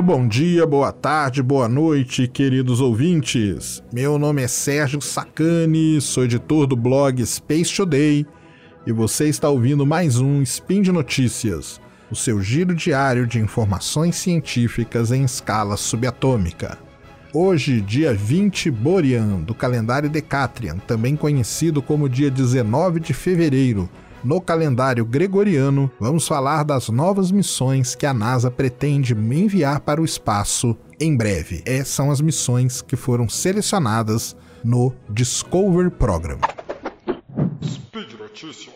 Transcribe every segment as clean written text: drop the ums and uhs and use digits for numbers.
Muito bom dia, boa tarde, boa noite, queridos ouvintes. Meu nome é Sérgio Sacani, sou editor do blog Space Today e você está ouvindo mais um Spin de Notícias, o seu giro diário de informações científicas em escala subatômica. Hoje, dia 20 Borean, do calendário Decatrian, também conhecido como dia 19 de fevereiro, no calendário gregoriano, vamos falar das novas missões que a NASA pretende enviar para o espaço em breve. Essas são as missões que foram selecionadas no Discovery Program. Speed Notícias.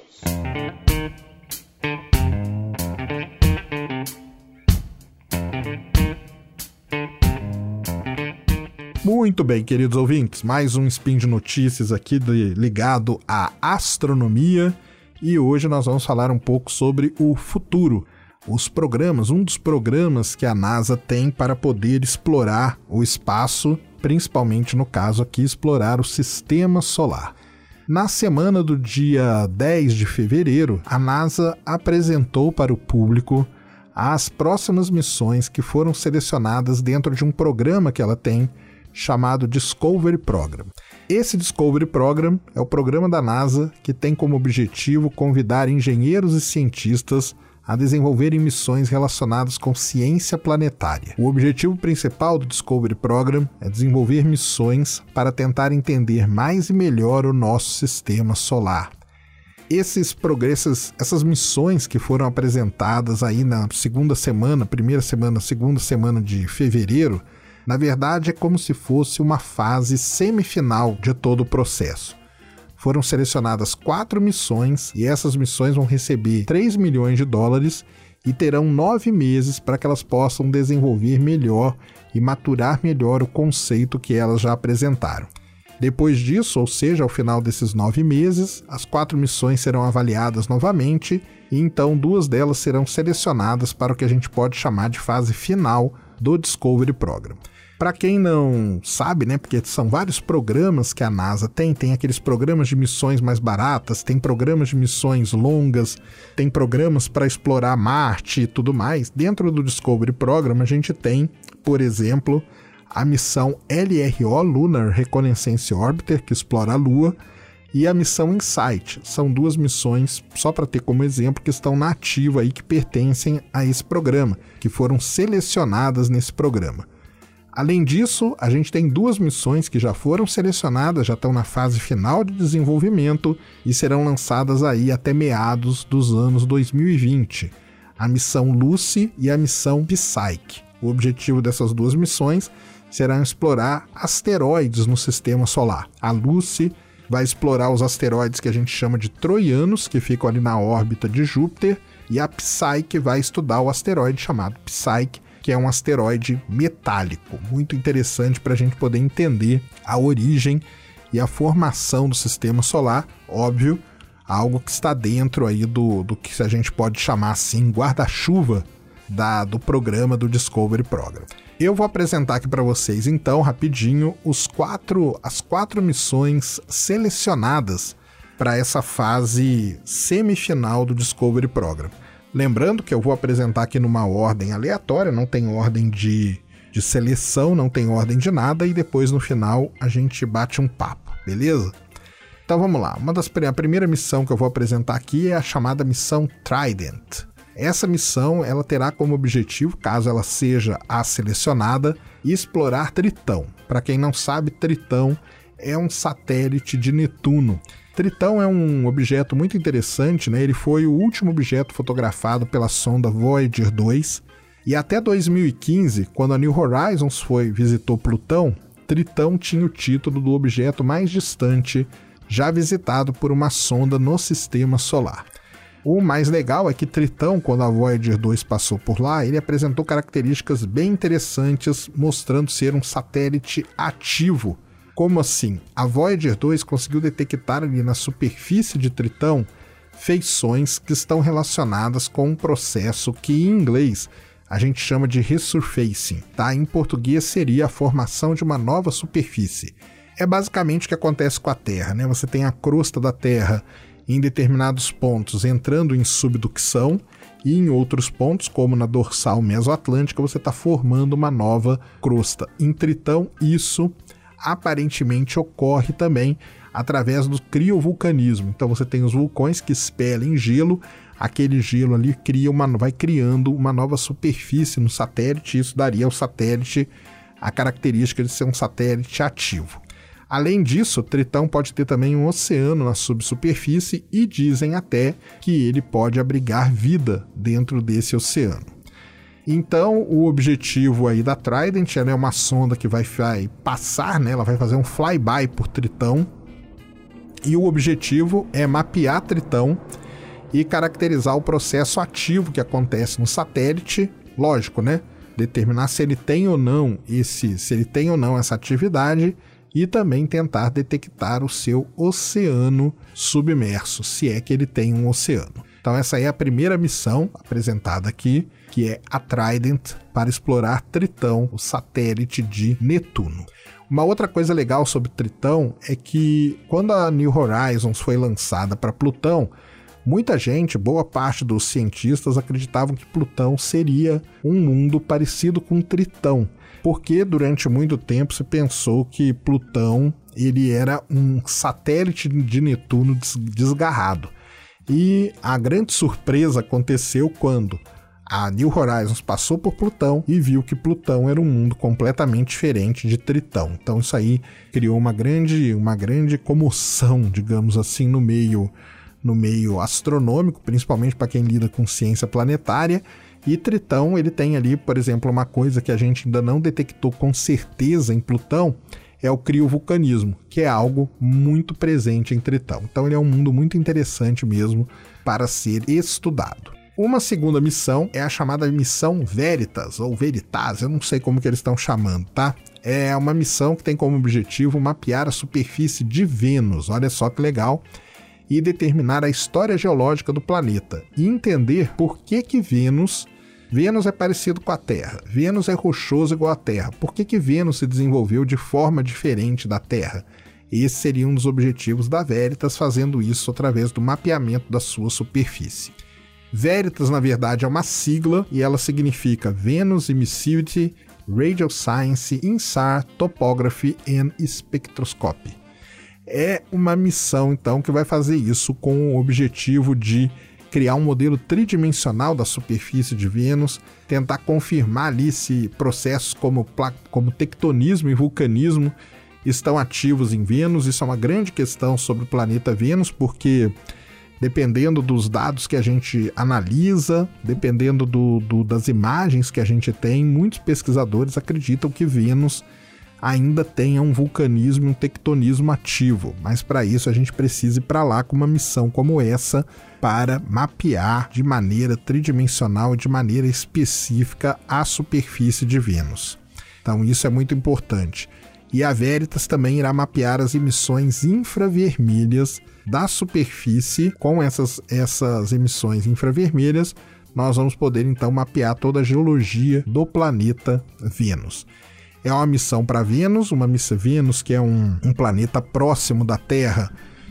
Muito bem, queridos ouvintes, mais um Spin de Notícias aqui ligado à astronomia. E hoje nós vamos falar um pouco sobre o futuro, um dos programas que a NASA tem para poder explorar o espaço, principalmente no caso aqui, explorar o sistema solar. Na semana do dia 10 de fevereiro, a NASA apresentou para o público as próximas missões que foram selecionadas dentro de um programa que ela tem, chamado Discovery Program. Esse Discovery Program é o programa da NASA que tem como objetivo convidar engenheiros e cientistas a desenvolverem missões relacionadas com ciência planetária. O objetivo principal do Discovery Program é desenvolver missões para tentar entender mais e melhor o nosso sistema solar. Essas missões que foram apresentadas aí na segunda semana de fevereiro, na verdade, é como se fosse uma fase semifinal de todo o processo. Foram selecionadas 4 missões e essas missões vão receber $3 milhões e terão 9 meses para que elas possam desenvolver melhor e maturar melhor o conceito que elas já apresentaram. Depois disso, ou seja, ao final desses 9 meses, as 4 missões serão avaliadas novamente e então 2 delas serão selecionadas para o que a gente pode chamar de fase final do Discovery Program. Para quem não sabe, né, porque são vários programas que a NASA tem aqueles programas de missões mais baratas, tem programas de missões longas, tem programas para explorar Marte e tudo mais. Dentro do Discovery Program a gente tem, por exemplo, a missão LRO, Lunar Reconnaissance Orbiter, que explora a Lua, e a missão InSight. São 2 missões, só para ter como exemplo, que estão na ativa aí, que pertencem a esse programa, que foram selecionadas nesse programa. Além disso, a gente tem 2 missões que já foram selecionadas, já estão na fase final de desenvolvimento e serão lançadas aí até meados dos anos 2020. A missão Lucy e a missão Psyche. O objetivo dessas 2 missões será explorar asteroides no sistema solar. A Lucy vai explorar os asteroides que a gente chama de troianos, que ficam ali na órbita de Júpiter, e a Psyche vai estudar o asteroide chamado Psyche, que é um asteroide metálico, muito interessante para a gente poder entender a origem e a formação do sistema solar, óbvio, algo que está dentro aí do que a gente pode chamar assim, guarda-chuva do programa do Discovery Program. Eu vou apresentar aqui para vocês então, rapidinho, as 4 missões selecionadas para essa fase semifinal do Discovery Program. Lembrando que eu vou apresentar aqui numa ordem aleatória, não tem ordem de seleção, não tem ordem de nada, e depois no final a gente bate um papo, beleza? Então vamos lá, a primeira missão que eu vou apresentar aqui é a chamada missão Trident. Essa missão ela terá como objetivo, caso ela seja a selecionada, explorar Tritão. Para quem não sabe, Tritão é um satélite de Netuno. Tritão é um objeto muito interessante, né? Ele foi o último objeto fotografado pela sonda Voyager 2 e até 2015, quando a New Horizons visitou Plutão, Tritão tinha o título do objeto mais distante já visitado por uma sonda no sistema solar. O mais legal é que Tritão, quando a Voyager 2 passou por lá, ele apresentou características bem interessantes, mostrando ser um satélite ativo. Como assim? A Voyager 2 conseguiu detectar ali na superfície de Tritão feições que estão relacionadas com um processo que em inglês a gente chama de resurfacing, tá? Em português seria a formação de uma nova superfície. É basicamente o que acontece com a Terra, né? Você tem a crosta da Terra em determinados pontos entrando em subducção e em outros pontos, como na dorsal mesoatlântica, você está formando uma nova crosta. Em Tritão, isso aparentemente ocorre também através do criovulcanismo. Então você tem os vulcões que expelem gelo, aquele gelo ali vai criando uma nova superfície no satélite, e isso daria ao satélite a característica de ser um satélite ativo. Além disso, Tritão pode ter também um oceano na subsuperfície e dizem até que ele pode abrigar vida dentro desse oceano. Então, o objetivo aí da Trident, ela é uma sonda que vai passar, né? Ela vai fazer um flyby por Tritão, e o objetivo é mapear Tritão e caracterizar o processo ativo que acontece no satélite, lógico, né? Determinar se ele tem ou não essa atividade, e também tentar detectar o seu oceano submerso, se é que ele tem um oceano. Então essa é a primeira missão apresentada aqui, que é a Trident, para explorar Tritão, o satélite de Netuno. Uma outra coisa legal sobre Tritão é que quando a New Horizons foi lançada para Plutão, muita gente, boa parte dos cientistas, acreditavam que Plutão seria um mundo parecido com Tritão, porque durante muito tempo se pensou que Plutão ele era um satélite de Netuno desgarrado. E a grande surpresa aconteceu quando a New Horizons passou por Plutão e viu que Plutão era um mundo completamente diferente de Tritão. Então isso aí criou uma grande comoção, digamos assim, no meio astronômico, principalmente para quem lida com ciência planetária. E Tritão, ele tem ali, por exemplo, uma coisa que a gente ainda não detectou com certeza em Plutão, é o criovulcanismo, que é algo muito presente em Tritão. Então ele é um mundo muito interessante mesmo para ser estudado. Uma segunda missão é a chamada missão Veritas, ou Veritas, eu não sei como que eles estão chamando, tá? É uma missão que tem como objetivo mapear a superfície de Vênus, olha só que legal, e determinar a história geológica do planeta, e entender por que Vênus é parecido com a Terra, Vênus é rochoso igual à Terra, por que Vênus se desenvolveu de forma diferente da Terra? Esse seria um dos objetivos da Veritas, fazendo isso através do mapeamento da sua superfície. Veritas, na verdade, é uma sigla e ela significa Venus Emissivity, Radio Science, INSAR, Topography and Spectroscopy. É uma missão, então, que vai fazer isso com o objetivo de criar um modelo tridimensional da superfície de Vênus, tentar confirmar ali se processos como tectonismo e vulcanismo estão ativos em Vênus. Isso é uma grande questão sobre o planeta Vênus, porque dependendo dos dados que a gente analisa, dependendo das imagens que a gente tem, muitos pesquisadores acreditam que Vênus ainda tenha um vulcanismo e um tectonismo ativo, mas para isso a gente precisa ir para lá com uma missão como essa para mapear de maneira tridimensional e de maneira específica a superfície de Vênus. Então isso é muito importante. E a Veritas também irá mapear as emissões infravermelhas da superfície. Com essas emissões infravermelhas, nós vamos poder então mapear toda a geologia do planeta Vênus. É uma missão para Vênus, Vênus que é um planeta próximo da Terra,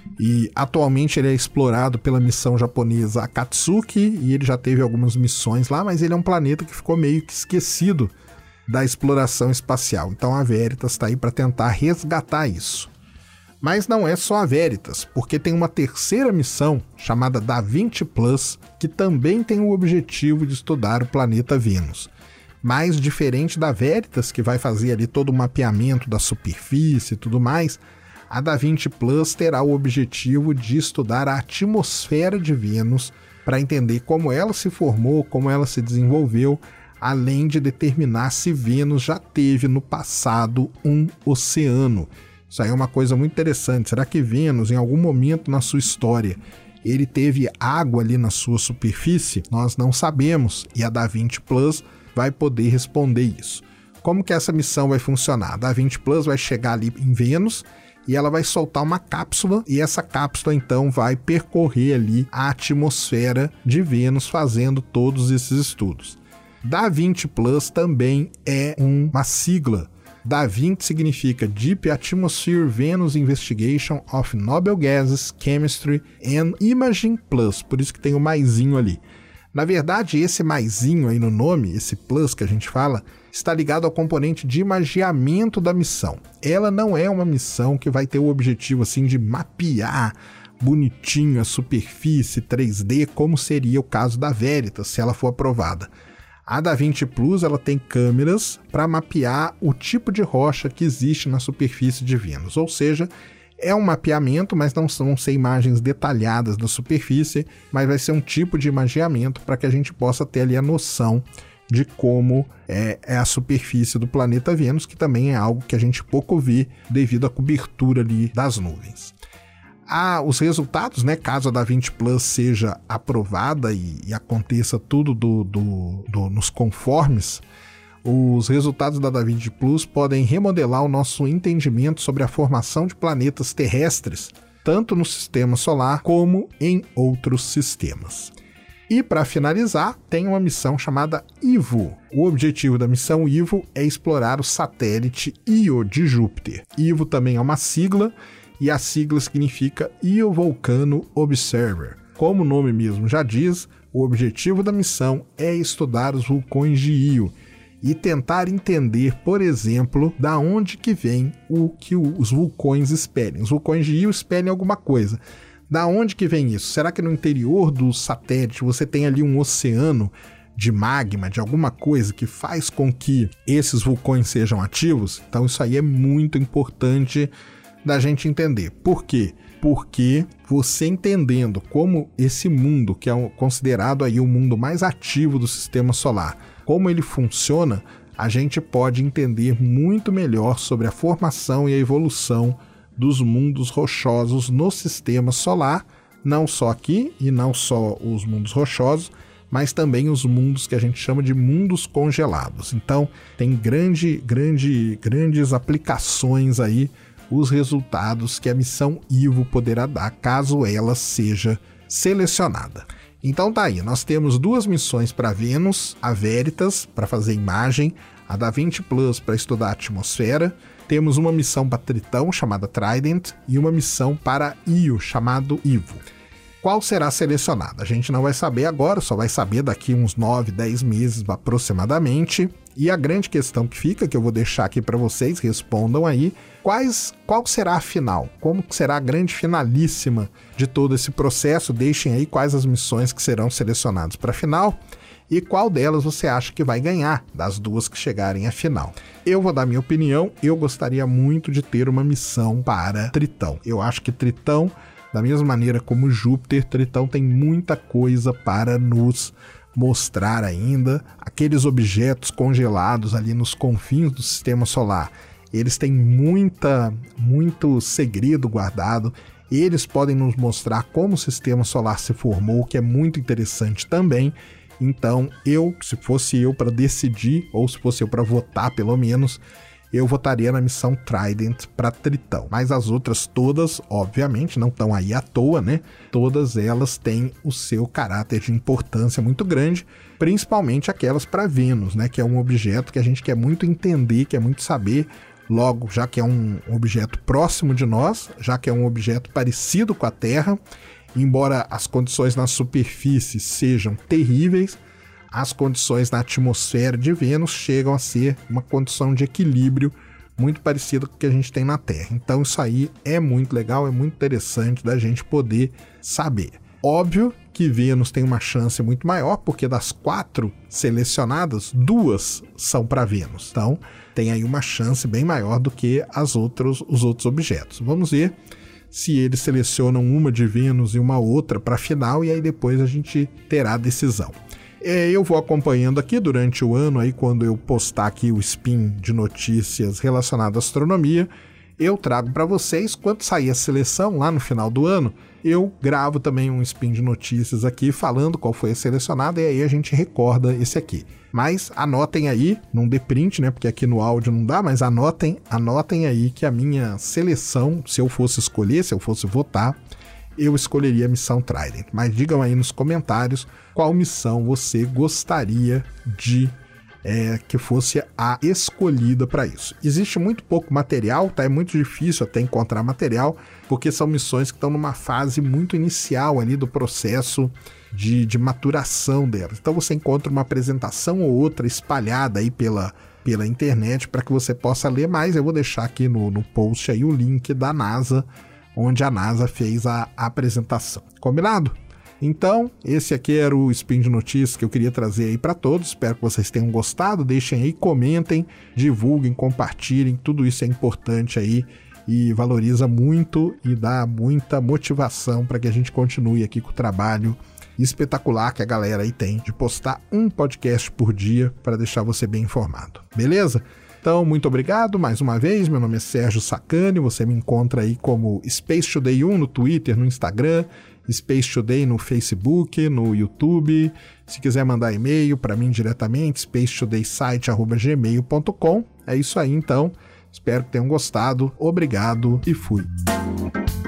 e atualmente ele é explorado pela missão japonesa Akatsuki, e ele já teve algumas missões lá, mas ele é um planeta que ficou meio que esquecido da exploração espacial. Então a Veritas está aí para tentar resgatar isso. Mas não é só a Veritas, porque tem uma terceira missão chamada Da Vinci Plus, que também tem o objetivo de estudar o planeta Vênus. Mas diferente da Veritas, que vai fazer ali todo o mapeamento da superfície e tudo mais, a Da Vinci Plus terá o objetivo de estudar a atmosfera de Vênus para entender como ela se formou, como ela se desenvolveu, além de determinar se Vênus já teve no passado um oceano. Isso aí é uma coisa muito interessante. Será que Vênus, em algum momento na sua história, ele teve água ali na sua superfície? Nós não sabemos, e a Da Vinci Plus vai poder responder isso. Como que essa missão vai funcionar? A Da Vinci Plus vai chegar ali em Vênus e ela vai soltar uma cápsula, e essa cápsula então vai percorrer ali a atmosfera de Vênus, fazendo todos esses estudos. Da Vinci Plus também é uma sigla. Da Vinci significa Deep Atmosphere Venus Investigation of Noble Gases, Chemistry and Imaging Plus, por isso que tem o maisinho ali. Na verdade, esse maisinho aí no nome, esse plus que a gente fala, está ligado ao componente de imagiamento da missão. Ela não é uma missão que vai ter o objetivo assim de mapear bonitinho a superfície 3D, como seria o caso da Veritas, se ela for aprovada. A DaVinci Plus ela tem câmeras para mapear o tipo de rocha que existe na superfície de Vênus, ou seja, é um mapeamento, mas não vão ser imagens detalhadas da superfície, mas vai ser um tipo de imagiamento para que a gente possa ter ali a noção de como é a superfície do planeta Vênus, que também é algo que a gente pouco vê devido à cobertura ali das nuvens. Os resultados, né, caso a DaVinci Plus seja aprovada e aconteça tudo nos conformes, os resultados da DaVinci Plus podem remodelar o nosso entendimento sobre a formação de planetas terrestres, tanto no sistema solar como em outros sistemas. E para finalizar, tem uma missão chamada Ivo. O objetivo da missão Ivo é explorar o satélite Io de Júpiter. Ivo também é uma sigla, e a sigla significa Io Volcano Observer. Como o nome mesmo já diz, o objetivo da missão é estudar os vulcões de Io e tentar entender, por exemplo, da onde que vem o que os vulcões espelham. Os vulcões de Io espelham alguma coisa. Da onde que vem isso? Será que no interior do satélite você tem ali um oceano de magma, de alguma coisa que faz com que esses vulcões sejam ativos? Então isso aí é muito importante da gente entender. Por quê? Porque você entendendo como esse mundo, que é considerado aí o mundo mais ativo do sistema solar, como ele funciona, a gente pode entender muito melhor sobre a formação e a evolução dos mundos rochosos no sistema solar, não só aqui e não só os mundos rochosos, mas também os mundos que a gente chama de mundos congelados. Então, tem grandes aplicações aí, os resultados que a missão Ivo poderá dar caso ela seja selecionada. Então tá aí, nós temos duas missões para Vênus, a Veritas para fazer imagem, a DaVinci Plus para estudar a atmosfera, temos uma missão para Tritão chamada Trident e uma missão para Io chamado Ivo. Qual será selecionada? A gente não vai saber agora, só vai saber daqui uns 9, 10 meses aproximadamente. E a grande questão que fica, que eu vou deixar aqui para vocês, respondam aí, qual será a final? Como será a grande finalíssima de todo esse processo? Deixem aí quais as missões que serão selecionadas para a final e qual delas você acha que vai ganhar das duas que chegarem à final. Eu vou dar minha opinião, eu gostaria muito de ter uma missão para Tritão. Eu acho que Tritão, da mesma maneira como Júpiter, Tritão tem muita coisa para nos mostrar ainda. Aqueles objetos congelados ali nos confins do sistema solar, eles têm muito segredo guardado. Eles podem nos mostrar como o sistema solar se formou, que é muito interessante também. Então, se fosse eu para decidir, ou se fosse eu para votar pelo menos, eu votaria na missão Trident para Tritão. Mas as outras todas, obviamente, não estão aí à toa, né? Todas elas têm o seu caráter de importância muito grande, principalmente aquelas para Vênus, né? Que é um objeto que a gente quer muito entender, quer muito saber. Logo, já que é um objeto próximo de nós, já que é um objeto parecido com a Terra, embora as condições na superfície sejam terríveis, as condições na atmosfera de Vênus chegam a ser uma condição de equilíbrio muito parecida com o que a gente tem na Terra. Então isso aí é muito legal, é muito interessante da gente poder saber. Óbvio que Vênus tem uma chance muito maior, porque das 4 selecionadas, 2 são para Vênus. Então tem aí uma chance bem maior do que os outros objetos. Vamos ver se eles selecionam uma de Vênus e uma outra para a final, e aí depois a gente terá a decisão. Eu vou acompanhando aqui durante o ano, aí quando eu postar aqui o spin de notícias relacionadas à astronomia, eu trago para vocês. Quando sair a seleção lá no final do ano, eu gravo também um spin de notícias aqui falando qual foi a selecionada, e aí a gente recorda esse aqui. Mas anotem aí, não dê print, né, porque aqui no áudio não dá, mas anotem aí que a minha seleção, se eu fosse escolher, se eu fosse votar, eu escolheria a missão Trident. Mas digam aí nos comentários qual missão você gostaria de que fosse a escolhida para isso. Existe muito pouco material, tá? É muito difícil até encontrar material, porque são missões que estão numa fase muito inicial ali do processo de maturação delas. Então você encontra uma apresentação ou outra espalhada aí pela internet para que você possa ler mais. Eu vou deixar aqui no post aí o link da NASA, onde a NASA fez a apresentação. Combinado? Então, esse aqui era o Spin de Notícias que eu queria trazer aí para todos. Espero que vocês tenham gostado. Deixem aí, comentem, divulguem, compartilhem. Tudo isso é importante aí e valoriza muito e dá muita motivação para que a gente continue aqui com o trabalho espetacular que a galera aí tem de postar um podcast por dia para deixar você bem informado. Beleza? Então, muito obrigado mais uma vez. Meu nome é Sérgio Sacani. Você me encontra aí como Space Today 1 no Twitter, no Instagram, Space Today no Facebook, no YouTube. Se quiser mandar e-mail para mim diretamente, spacetodaysite@gmail.com. É isso aí, então. Espero que tenham gostado. Obrigado e fui.